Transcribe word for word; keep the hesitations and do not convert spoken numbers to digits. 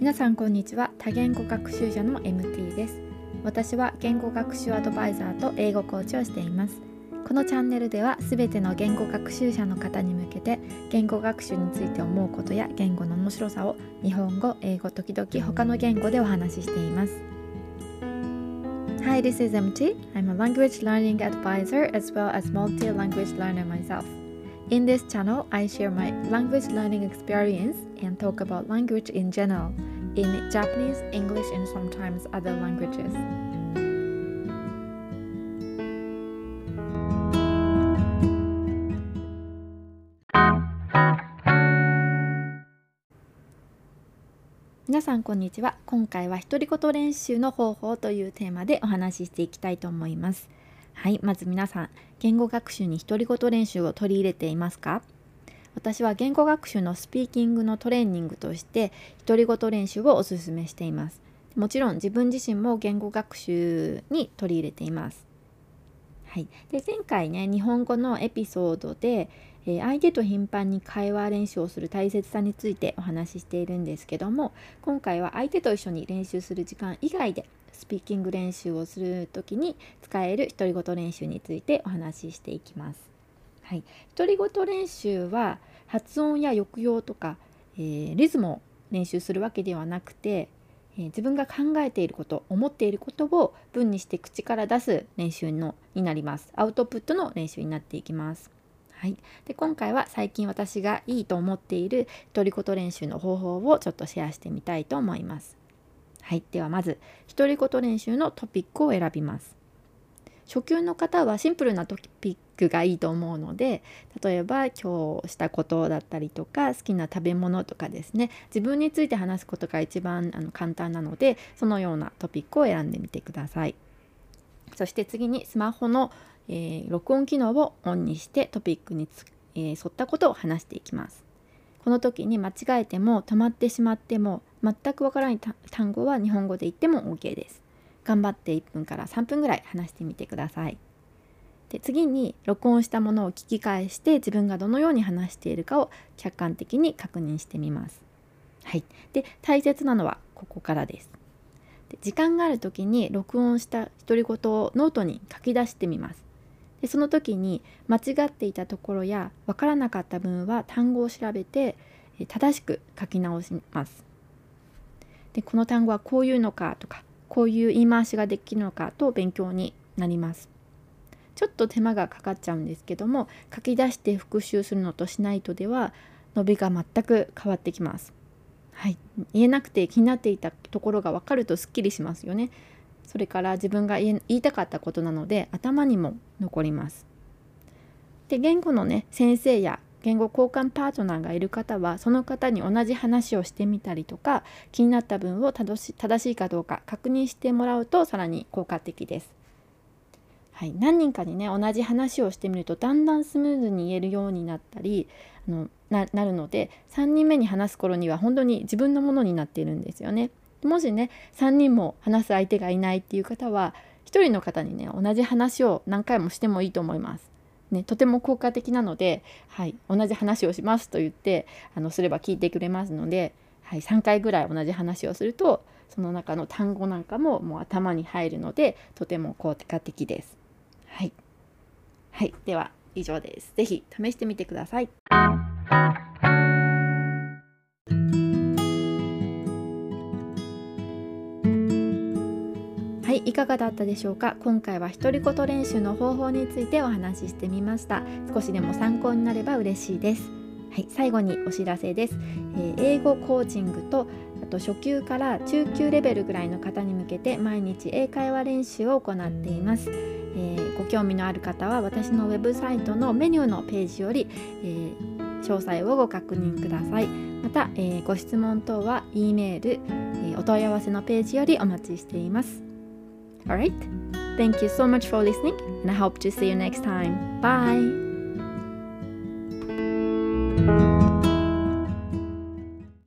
皆さんこんにちは。多言語学習者の エムティー です。私は言語学習アドバイザーと英語コーチをしています。このチャンネルではすべての言語学習者の方に向けて言語学習について思うことや言語の面白さを日本語、英語、時々他の言語でお話ししています。Hi, this is エムティー. I'm a language learning advisor as well as multi-language learner myself. In this channel, I share my language learning experience and talk about language in general, in Japanese, English, and sometimes other languages. 皆さんこんにちは。今回は独り言練習の方法というテーマでお話ししていきたいと思います。はい、まず皆さん、言語学習に独り言練習を取り入れていますか？私は言語学習のスピーキングのトレーニングとして独り言練習をおすすめしています。もちろん自分自身も言語学習に取り入れています。はい、で前回ね、日本語のエピソードで、えー、相手と頻繁に会話練習をする大切さについてお話ししているんですけども、今回は相手と一緒に練習する時間以外でスピーキング練習をするときに使える独り言練習についてお話ししていきます。はい、独り言練習は発音や抑揚とか、えー、リズムを練習するわけではなくて、えー、自分が考えていること、思っていることを文にして口から出す練習のになります。アウトプットの練習になっていきます。はい、で今回は最近私がいいと思っている独り言練習の方法をちょっとシェアしてみたいと思います。はい、ではまず独り言練習のトピックを選びます。初級の方はシンプルなトピックがいいと思うので、例えば今日したことだったりとか好きな食べ物とかですね、自分について話すことが一番あの簡単なので、そのようなトピックを選んでみてください。そして次にスマホの、えー、録音機能をオンにしてトピックにつ、えー、沿ったことを話していきます。この時に間違えても止まってしまっても全くわからない単語は日本語で言っても OK です。頑張っていっぷんからさんぷんぐらい話してみてください。で次に録音したものを聞き返して自分がどのように話しているかを客観的に確認してみます。はい、で大切なのはここからです。で時間がある時に録音した独り言をノートに書き出してみます。でその時に間違っていたところや分からなかった分は単語を調べて正しく書き直します。でこの単語はこういうのかとか、こういう言い回しができるのかと勉強になります。ちょっと手間がかかっちゃうんですけども、書き出して復習するのとしないとでは伸びが全く変わってきます。はい、言えなくて気になっていたところが分かるとすっきりしますよね。それから自分が言いたかったことなので頭にも残ります。で言語のね先生や言語交換パートナーがいる方はその方に同じ話をしてみたりとか、気になった文を正し、正しいかどうか確認してもらうとさらに効果的です。はい、何人かにね同じ話をしてみるとだんだんスムーズに言えるようになったりあの な, なるので、さんにんめに話す頃には本当に自分のものになっているんですよね。もしねさんにんも話す相手がいないっていう方はひとりの方にね同じ話を何回もしてもいいと思います。ね、とても効果的なので、はい、同じ話をしますと言ってあのすれば聞いてくれますので、はい、さんかいぐらい同じ話をするとその中の単語なんかももう頭に入るのでとても効果的です。はい、はい、では以上です。ぜひ試してみてください。はい、いかがだったでしょうか。今回は独り言練習の方法についてお話ししてみました。少しでも参考になれば嬉しいです。はい、最後にお知らせです。えー、英語コーチングとあと初級から中級レベルぐらいの方に向けて毎日英会話練習を行っています。えー、ご興味のある方は私のウェブサイトのメニューのページより、えー、詳細をご確認ください。また、えー、ご質問等は E メール、えー、お問い合わせのページよりお待ちしています。Alright, thank you so much for listening and I hope to see you next time. Bye!